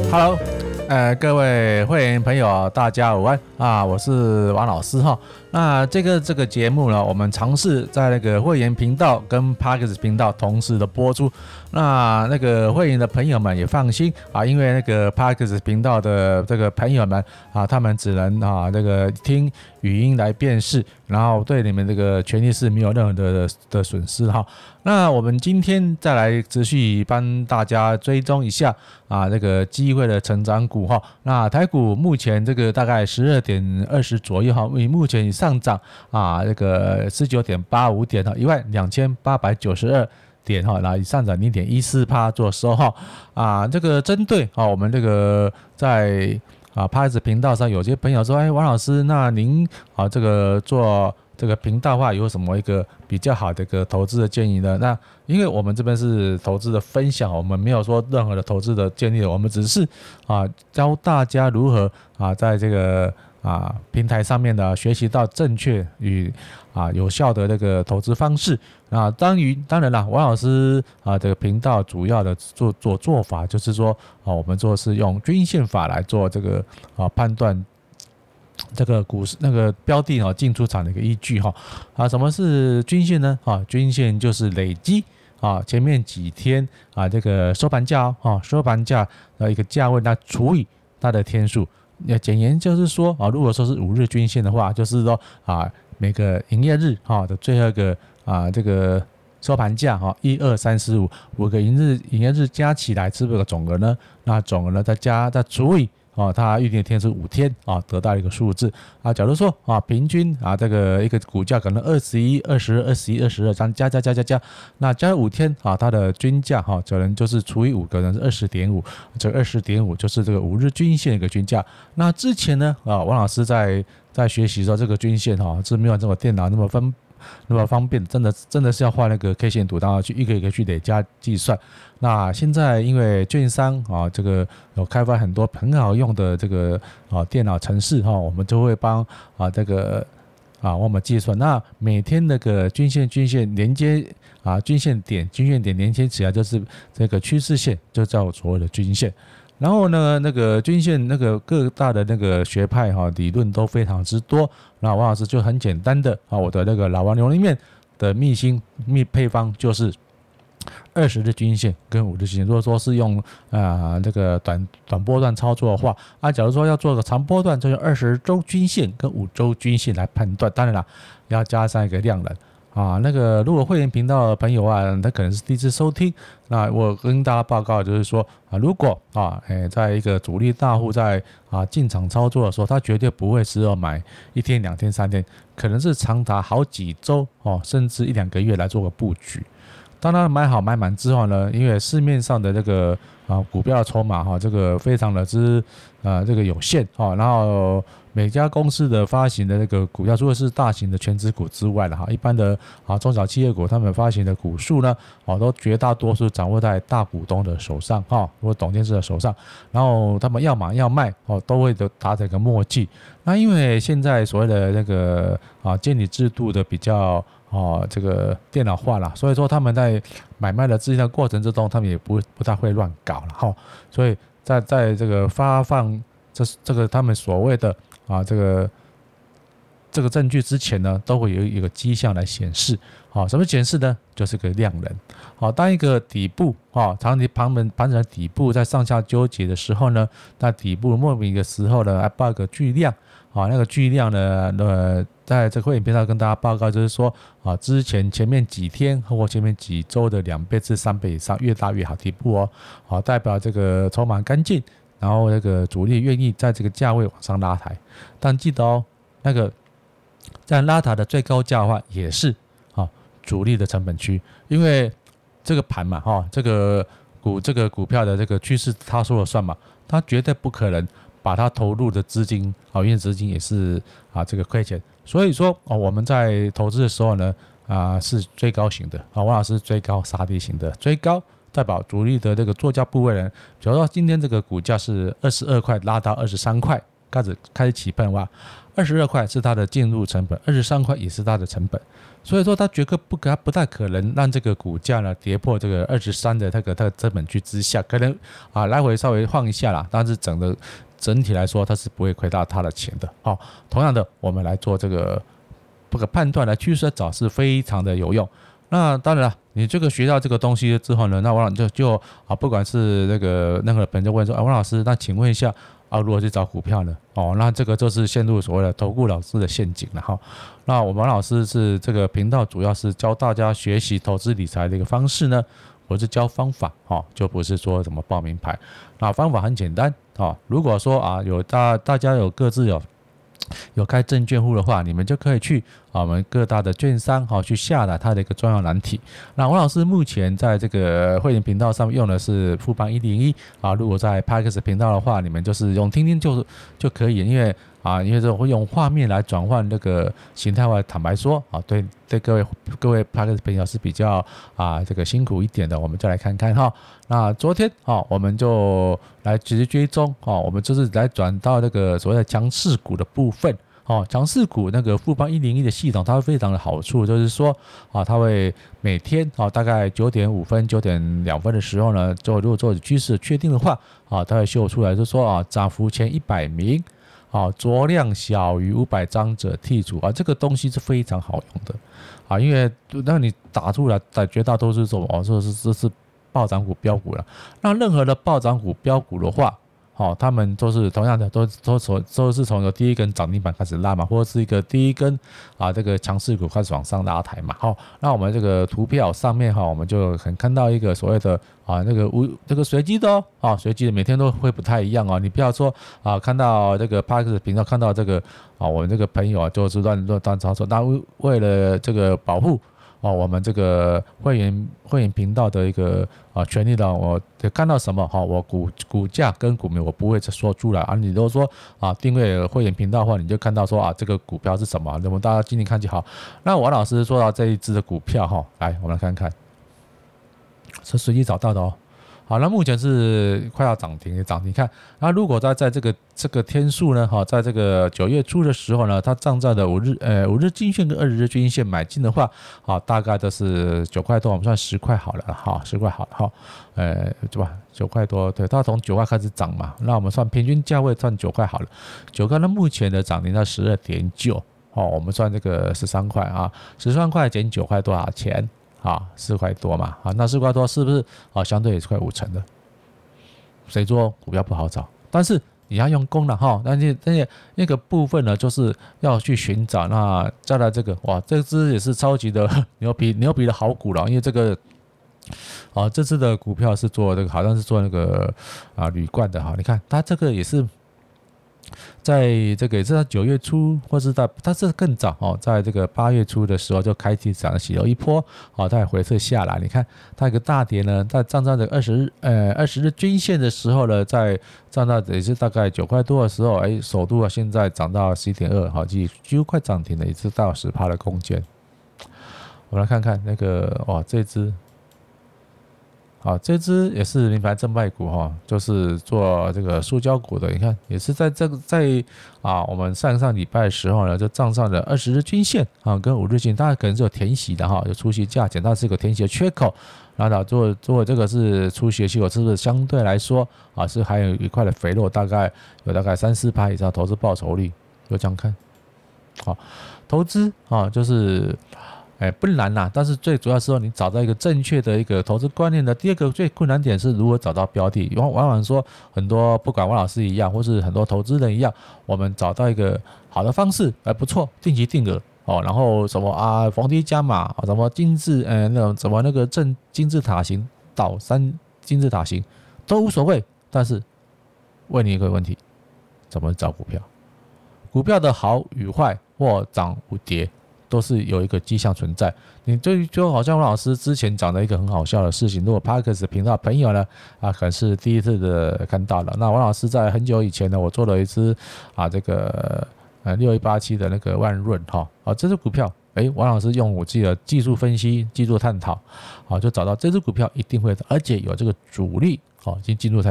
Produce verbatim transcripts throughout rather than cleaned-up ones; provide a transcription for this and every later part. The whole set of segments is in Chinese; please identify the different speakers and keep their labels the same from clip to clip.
Speaker 1: Hello， 呃，各位会员朋友，大家午安啊！我是王老师哈。那这个这个节目呢，我们尝试在那个会员频道跟 Podcast 频道同时的播出。那那个会员的朋友们也放心啊，因为那个 Podcast 频道的这个朋友们啊，他们只能啊这个听语音来辨识，然后对你们这个权益是没有任何的的损失哈。那我们今天再来持续帮大家追踪一下啊这个机会的成长股哈。那台股目前这个大概十二点二十左右哈，目前已上涨啊这个十九点八五点哈，一万两千八百九十二点哈，然后上涨 零点一四%做收哈啊。这个针对啊我们这个在啊 Podcast 频道上有些朋友说，哎，王老师，那您啊这个做这个频道的话有什么一个比较好的一个投资的建议呢？那因为我们这边是投资的分享，我们没有说任何的投资的建议，我们只是啊教大家如何啊在这个啊平台上面的学习到正确与啊有效的那个投资方式。啊，当于当然啦，王老师啊这个频道主要的做做做法就是说啊，我们做是用均线法来做这个啊判断这个股市那个标的啊进出场的一个依据哈啊。什么是均线呢？啊，均线就是累积啊前面几天啊这个收盘价啊收盘价的一个价位，那除以它的天数。那简言就是说啊，如果说是五日均线的话，就是说啊每个营业日哈的最后一个啊这个收盘价哈一二三四五五个营日营业日加起来是不是个总额呢？那总额呢再加再除以哦，它预定的天数五天啊，得到一个数字啊。假如说啊，平均啊，这个一个股价可能二十一、二十二、二十一、二十二，这样加加加加加，那加五天啊，它的均价哈，可能就是除以五，可能是二十点五，这二十点五就是这个五日均线的一个均价。那之前呢啊，王老师在在学习的时候，这个均线哈是没有这种电脑那么分。那么方便，真的真的是要画那个 K 线图，然后去一个一个去累加计算。那现在因为券商啊，这个有开发很多很好用的这个啊电脑程式哈，我们就会帮啊这个啊我们计算。那每天那个均线均线连接啊均线点均线点连接起来就是这个趋势线，就叫所谓的均线。然后呢，那个均线那个各大的那个学派哈理论都非常之多。那王老师就很简单的啊，我的那个老王牛肉面的秘辛秘配方就是二十日均线跟五日均线。如果说是用啊这个短短波段操作的话，啊，假如说要做个长波段，就用二十周均线跟五周均线来判断。当然啦，要加上一个量能。啊，那个如果会员频道的朋友啊，他可能是第一次收听，那我跟大家报告就是说啊，如果啊，哎，在一个主力大户在啊进场操作的时候，他绝对不会只有买一天、两天、三天，可能是长达好几周哦，甚至一两个月来做个布局。当他买好买满之后呢，因为市面上的这个啊股票的筹码哈，这个非常的之呃这个有限哈，然后每家公司的发行的那个股票，除了是大型的全指股之外的哈，一般的啊中小企业股，他们发行的股数呢，哦都绝大多数掌握在大股东的手上哈，或董监事的手上，然后他们要买要卖哦，都会达成一个默契。那因为现在所谓的那个啊监理制度的比较哦，这个电脑化了，所以说他们在买卖的资金的过程之中，他们也不不太会乱搞了哈。所以在在这个发放这这个他们所谓的啊这个这个证据之前呢，都会有一个迹象来显示。好，什么显示呢？就是个量能。好，当一个底部啊长期盘整盘整的底部在上下纠结的时候呢，那底部莫名的时候呢，还报一个巨量。啊，那个巨量呢，呃，在这个会影片上跟大家报告，就是说啊，之前前面几天或前面几周的两倍至三倍以上，越大越好底部哦，好，代表这个筹码干净，然后那个主力愿意在这个价位往上拉抬。但记得哦，那个在拉抬的最高价的话，也是啊主力的成本区，因为这个盘嘛，哈，这个股这个股票的这个趋势他说了算嘛，他绝对不可能把它投入的资金啊，因为资金也是啊这个亏钱，所以说哦我们在投资的时候呢啊是追高型的啊，王老师追高杀低型的，追高代表主力的这个做价部位人，比如说今天这个股价是二十二块拉到二十三块，开始开始起喷的话二十二块是它的进入成本，二十三块也是它的成本，所以说它绝对不它不太可能让这个股价呢跌破这个二十三的这个它的成本区之下，可能啊来回稍微晃一下啦，但是整个整体来说它是不会亏到它的钱的。好，同样的我们来做这个这个判断来趋势找是非常的有用。那当然了，你这个学到这个东西之后呢，那王老就就啊，不管是那个任何朋友就问说，啊，王老师，那请问一下啊，如何去找股票呢？哦，那这个就是陷入所谓的投顾老师的陷阱了哈。那我们王老师是这个频道主要是教大家学习投资理财的一个方式呢，我是教方法哈，就不是说怎么报名牌。那方法很简单啊，如果说啊有大大家有各自有。有开证券户的话，你们就可以去啊我们各大的券商哈去下载它的一个专用软体。那王老师目前在这个会员频道上面用的是富邦一零一啊，如果在 Podcast 频道的话，你们就是用听听就就可以，因为啊，因为这会用画面来转换那个形态化，坦白说啊，对对各位各位 Podcast 朋友是比较啊这个辛苦一点的，我们就来看看哈。那昨天啊，我们就来直接追踪啊，我们就是来转到那个所谓的强势股的部分。哦，强势股那个富邦一零一的系统，它会非常的好处，就是说啊，它会每天啊大概九点五分、九点两分的时候呢，就如果做趋势确定的话啊，它会秀出来，就是说啊，涨幅前一百名。啊，酌量小于五百张者剔除啊，这个东西是非常好用的啊，因为那你打出来，绝大多数是哦，这是这是暴涨股、标股了。那任何的暴涨股、标股的话，哦，他们都是同样的，都都从都是从有第一根涨停板开始拉嘛，或者是一个第一根啊这个强势股开始往上拉抬嘛。好，那我们这个图表上面哈，我们就很看到一个所谓的啊那个无这个随机的哦，啊随机的每天都会不太一样哦。你不要说啊看到这个 Parks 频道看到这个啊我们这个朋友啊就是乱乱乱操作，那为了这个保护。哦，我们这个会员会员频道的一个啊权利呢，我看到什么哈，我股股价跟股名我不会说出来啊。你如果说啊订阅会员频道的话，你就看到说啊这个股票是什么，那么大家静静看就好。那王老师说到这一支的股票哈，来我们来看看，是随机找到的哦。好，那目前是快要涨停，涨停看。那如果在在这个这个天数呢，哈，在这个九月初的时候呢，它站在的五日呃五日均线跟二十日均线买进的话，啊，大概都是九块多，我们算十块好了，哈，十块好了，哈，呃，对吧？九块多，对，它从九块开始涨嘛，那我们算平均价位算九块好了，九块呢目前的涨停在十二点九，哦，我们算这个十三块啊，十三块减九块多少钱？啊，四块多嘛，啊，那四块多是不是啊？相对也是快五成的。谁做股票不好找，但是你要用功了哈。但是那那个部分呢，就是要去寻找。那再来这个，哇，这支也是超级的牛皮牛皮的好股了，因为这个。啊，这次的股票是做这个，好像是做那个啊铝罐的哈。你看它这个也是。在这个也是在九月初，或是在它是更早哦，在这个八月初的时候就开启涨洗了一波，好，它也回撤下来。你看它有个大跌呢，在站在这个二十日呃二十日均线的时候呢，在站到也是大概九块多的时候，哎，首度啊现在涨到十一点二，好，几几乎快涨停了，也是到十趴的空间。我们来看看那个哇，这支。好，这支也是名牌正败股哈，就是做这个塑胶股的。你看，也是在这个在啊，我们上上礼拜的时候呢，就站上了二十日均线啊，跟五日均，当然可能是有填息的哈，有出息价钱，它是一个填息的缺口。然后做做这个是出息的缺口，是不是相对来说啊，是还有一块的肥肉，大概有大概三四趴以上投资报酬率，就这样看。好，投资啊，就是。哎，不难啦，但是最主要是说你找到一个正确的一个投资观念的。第二个最困难点是如何找到标的。往往往说很多不管王老师一样，或是很多投资人一样，我们找到一个好的方式，哎不错，定期定额哦，然后什么啊逢低加码，什么金字呃那种什么那个正金字塔型倒三金字塔型都无所谓，但是问你一个问题，怎么找股票？股票的好与坏或涨或跌。都是有一个迹象存在，你就就好像王老师之前讲的一个很好笑的事情，如果 Parks 频道朋友呢啊，可能是第一次的看到了。那王老师在很久以前呢，我做了一支啊这个呃六一八七的那个万润哈啊，这支股票，哎，王老师用我自己的技术分析、技术探讨，啊，就找到这支股票一定会，而且有这个主力哦，已经进入太长了。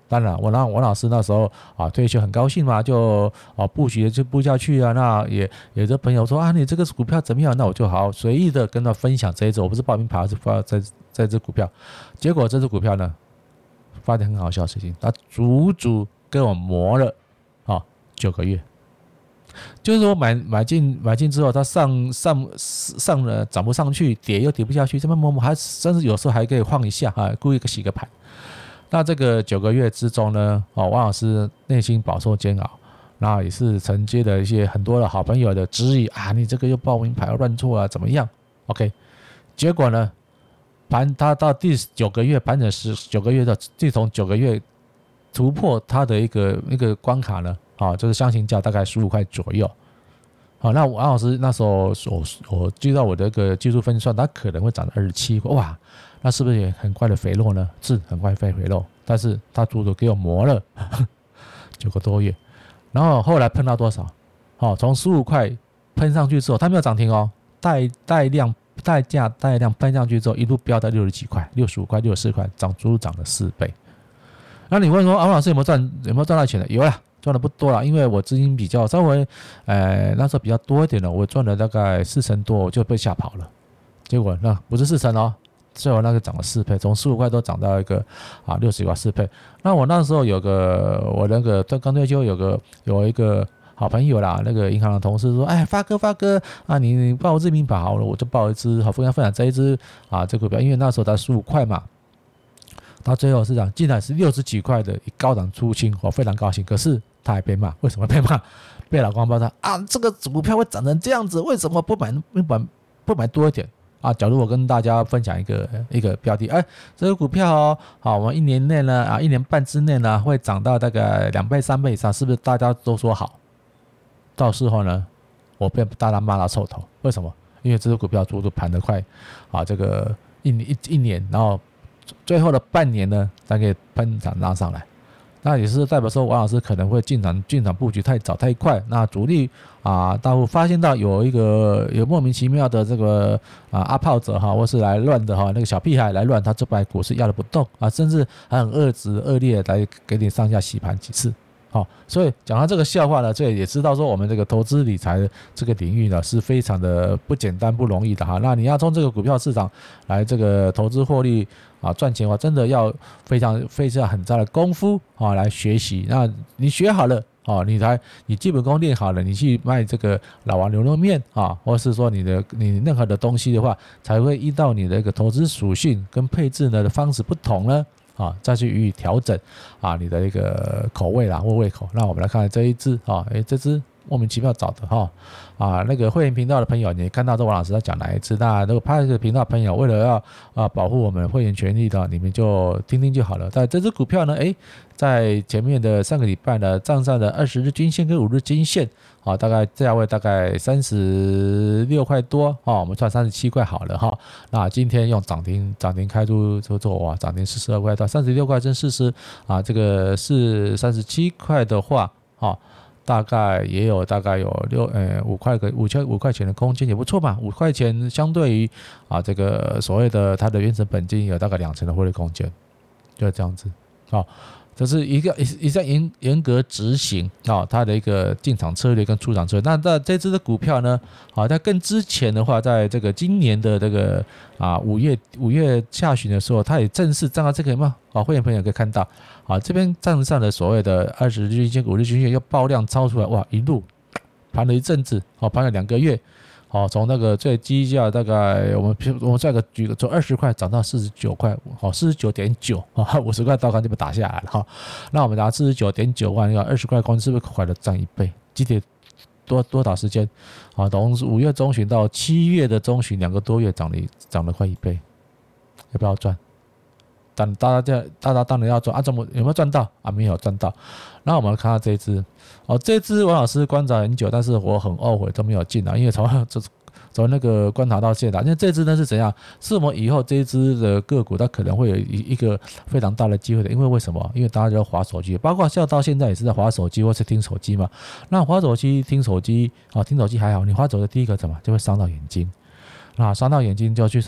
Speaker 1: 当然，我让王老师那时候啊退休很高兴嘛，就啊布局就布下去啊。那也有的朋友说啊，你这个股票怎么样？那我就好随意的跟他分享这一只，我不是报名牌，是发这这只股票。结果这只股票呢，发生很好笑的事情，它足足跟我磨了啊九个月。就是说买买进买进之后，它上上上了涨不上去，跌又跌不下去，这么磨磨，还甚至有时候还可以晃一下啊，故意洗个盘。那这个九个月之中呢，哦，王老师内心饱受煎熬，然后也是承接了一些很多的好朋友的质疑啊，你这个又报名牌乱错啊，怎么样 ？OK， 结果呢，盘它到第九个月盘整十九个月的，自从九个月突破它的一个一个关卡呢，啊，就是箱型价大概十五块左右。好，那王老师那时候我我据到我的一个技术分算，它可能会涨到二十七块，哇！那是不是也很快的回落呢？是很快会回落，但是它足足给我磨了九个多月，然后后来喷到多少？好，从十五块喷上去之后，它没有涨停哦，带带量带价带量喷上去之后，一路飙到六十几块、六十五块、六十四块，涨足足涨了四倍。那你问说，王老师有没有赚有没有赚到钱的？有啦，赚的不多啦，因为我资金比较稍微，呃那时候比较多一点的，我赚了大概四成多，我就被吓跑了。结果那不是四成哦。所以我那个涨了四倍，从十五块都涨到一个啊六十块四倍。那我那时候有个我那个刚退休有个有一个好朋友啦，那个银行的同事说，哎，发哥发哥啊，你你报日明牌好了，我就报一支好分享分享这一支啊这个股票，因为那时候才十五块嘛，到最后市场竟然是六十几块的高档出清，我非常高兴。可是他还被骂，为什么被骂？被老公爆他啊，这个股票会涨成这样子，为什么不买不买不买多一点？啊，假如我跟大家分享一个一个标的，哎，这个股票哦，好，我们一年内呢，啊，一年半之内呢，会涨到大概两倍、三倍以上，是不是大家都说好？到时候呢，我被大家骂到臭头，为什么？因为这只股票足足盘得快，啊，这个一一一年，然后最后的半年呢，才可以喷涨拉上来。那也是代表说，王老师可能会进场进场布局太早太快，那主力啊，大户发现到有一个有莫名其妙的这个啊阿炮者哈，或是来乱的哈，那个小屁孩来乱，他这把股市压得不动啊，甚至还很恶质恶劣来给你上下洗盘几次。好，所以讲到这个笑话呢，这也知道说我们这个投资理财的这个领域呢是非常的不简单不容易的哈。那你要从这个股票市场来这个投资获利啊赚钱的话，真的要非常非常很大的功夫啊来学习。那你学好了哦，你才你基本功练好了，你去卖这个老王牛肉面啊，或是说你的你任何的东西的话，才会依照你的一个投资属性跟配置呢的方式不同呢。啊，再去予以调整啊，你的一个口味啦或胃口。那我们来看这一支啊，哎，这支莫名其妙找的哈啊，那个会员频道的朋友，你看到这王老师在讲哪一支？那如果拍这个频道的朋友，为了要啊保护我们会员权益的，你们就听听就好了。但这支股票呢，哎，在前面的上个礼拜呢，站上的二十日均线跟五日均线啊，大概价位大概三十六块多啊，我们算三十七块好了哈。那今天用涨停涨停开出之后哇，涨停四十二块到三十六块真四十啊，这个是三十七块的话啊。大概也有大概有六呃五块个五千五块钱的空间也不错嘛，五块钱相对于啊这个所谓的它的原成本金有大概两成的获利空间，就是这样子啊，这是一个一项严严格执行啊它的一个进场策略跟出场策略。那那这支的股票呢，啊在更之前的话，在这个今年的这个啊五月五月下旬的时候，它也正式站到这个嘛啊会员朋友可以看到。啊，这边站上的所谓的二十日均线、五日均线又爆量超出来，哇，一路盘了一阵子，好，盘了两个月，好，从那个最低价大概我们我们这个举个从二十块涨到四十九块，好，四十九点九，啊，五十块刀杆就被打下来了哈。那我们拿四十九点九万，那个二十块空是不是快了涨一倍？几点多多少时间？啊，从五月中旬到七月的中旬，两个多月涨了涨了快一倍，要不要赚？但大家大家当然要赚啊，怎么有没有赚到啊？没有赚到。然后我们看到这一支哦，这支王老师观察很久，但是我很懊悔都没有进啊，因为从从那个观察到现在，因为这支呢是怎样？是我们以后这一支的个股它可能会有一个非常大的机会的，因为为什么？因为大家都滑手机，包括像到现在也是在滑手机或是听手机嘛。那滑手机、听手机啊，听手机还好，你滑手机第一个怎么就会伤到眼睛，那伤到眼睛就要去什么？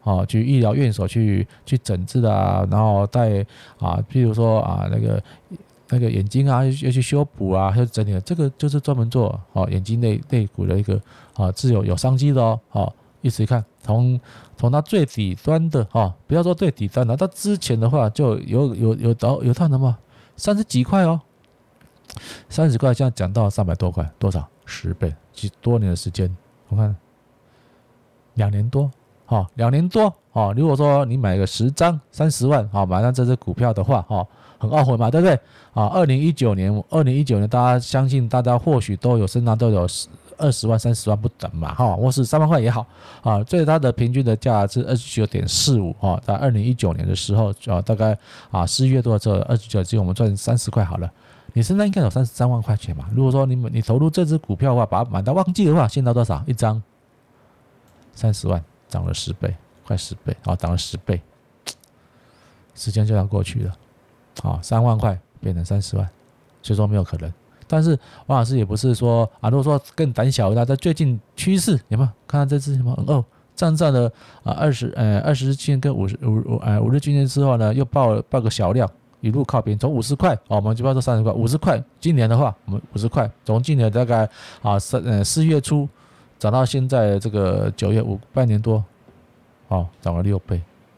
Speaker 1: 哦，去医疗院所去去诊治啊，然后带啊，譬如说啊那个那个眼睛啊要去修补啊，要整理，这个就是专门做哦眼睛内肋骨的一个啊是有有商机的哦，哦，一直看从从它最底端的哦，不要说最底端了，到之前的话就有有有到有到什么三十几块哦。三十块，现在讲到三百多块，多少？十倍，几多年的时间？我看两年多，好，两年多，好。如果说你买个十张，三十万，好，买上这只股票的话，哈，很懊悔嘛，对不对？啊，二零一九年，二零一九年，大家相信大家或许都有身上都有二十万、三十万不等嘛，哈，或是三万块也好，啊，所以它的平均的价是二十九点四五，哈，在二零一九年的时候，啊，大概啊四月多的时候，二十九，只有我们赚三十块好了。你身上应该有三十三万块钱嘛？如果说你你投入这只股票的话，把它买到旺季的话，现在多少？一张三十万，涨了十倍，快十倍，啊，涨了十倍，时间就这样过去了，啊，三万块变成三十万，所以说没有可能。但是王老师也不是说啊，如果说更胆小的，在最近趋势有没有看到这只什么哦，站上了啊二十呃二十均线跟五十五呃五日均线之后呢，又报报个小量。一路靠边，从五十块，哦，我们就不要说三十块，五十块。今年的话，我们五十块，从今年大概啊三呃四月初涨到现在这个九月五半年多，哦，涨了六倍。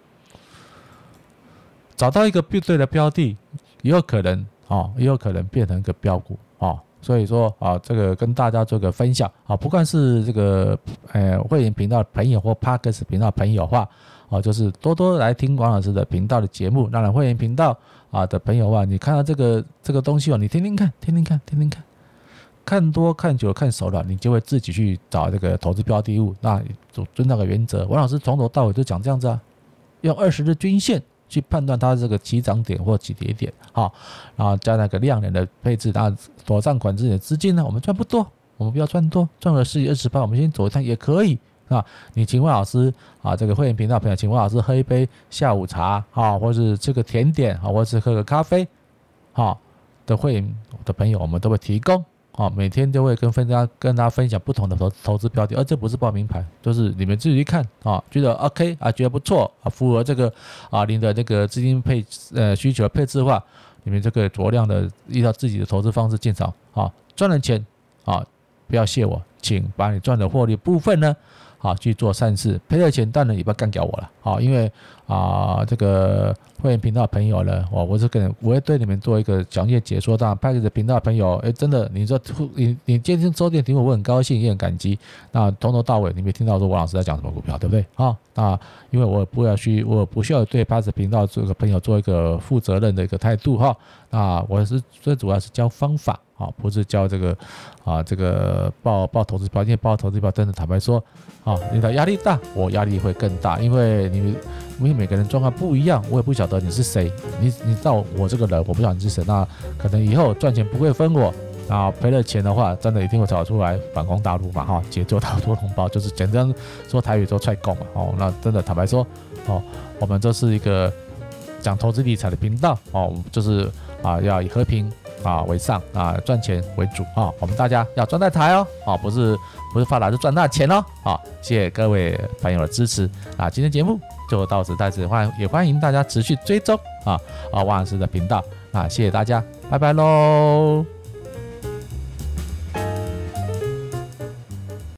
Speaker 1: 找到一个对的标的，也有可能哦，也有可能变成一个标股哦。所以说啊，这个跟大家做个分享啊，不管是这个呃会员频道的朋友或 Podcast 频道的朋友的话，哦，就是多多来听王老师的频道的节目。当然，会员频道啊的朋友啊，你看到这个这个东西哦，你听听看，听听看，听听看，看多看久看熟了，你就会自己去找这个投资标的物。那遵那个原则，王老师从头到尾就讲这样子啊，用二十日均线去判断它这个起涨点或起跌点，好，然后加那个量能的配置，然后妥善管制你的资金呢，我们赚不多，我们不要赚多，赚了十几二十趴，我们先走一趟也可以。啊，你请问老师啊，这个会员频道朋友，请问老师喝一杯下午茶啊，或是吃个甜点啊，或是喝个咖啡，啊的会员的朋友，我们都会提供啊，每天都会跟分家跟大家分享不同的投投资标的，而这不是报名牌，就是你们自己去看啊，觉得 OK 啊，觉得不错啊，符合这个啊您的这个资金配呃需求的配置的话，你们这个酌量的依照自己的投资方式进场啊，赚了钱啊，不要谢我，请把你赚的获利部分呢。好，去做善事，赔了钱当然也不要干掉我了。好，因为啊、呃，这个会员频道的朋友呢，我我是跟我会对你们做一个详细解说。当然 ，Package 频道的朋友，哎，真的，你说你你今天收听听我，我很高兴，也很感激。那从头到尾，你没听到说王老师在讲什么股票，对不对？好，那因为我不要去，我不需要对 Package 频道这个朋友做一个负责任的一个态度哈。那我是最主要是教方法。好，不是教这个啊，这个报报投资标，因为报投资标真的坦白说，啊，你的压力大，我压力会更大，因为你因为每个人状况不一样，我也不晓得你是谁，你你知道我这个人，我不知道你是谁，那可能以后赚钱不会分我，啊，赔了钱的话，真的一定会找出来反攻大陆嘛，哈，解救大多同胞，就是简单说台语说踹够嘛，哦，那真的坦白说，哦，我们这是一个讲投资理财的频道，哦，就是啊，要以和平。啊为上啊，赚钱为主啊，我们大家要赚大财哦，啊，不是不是发达就赚大钱哦，啊，谢谢各位朋友的支持啊，今天节目就到此，在此欢也欢迎大家持续追踪啊啊王老师的频道啊，谢谢大家，拜拜喽。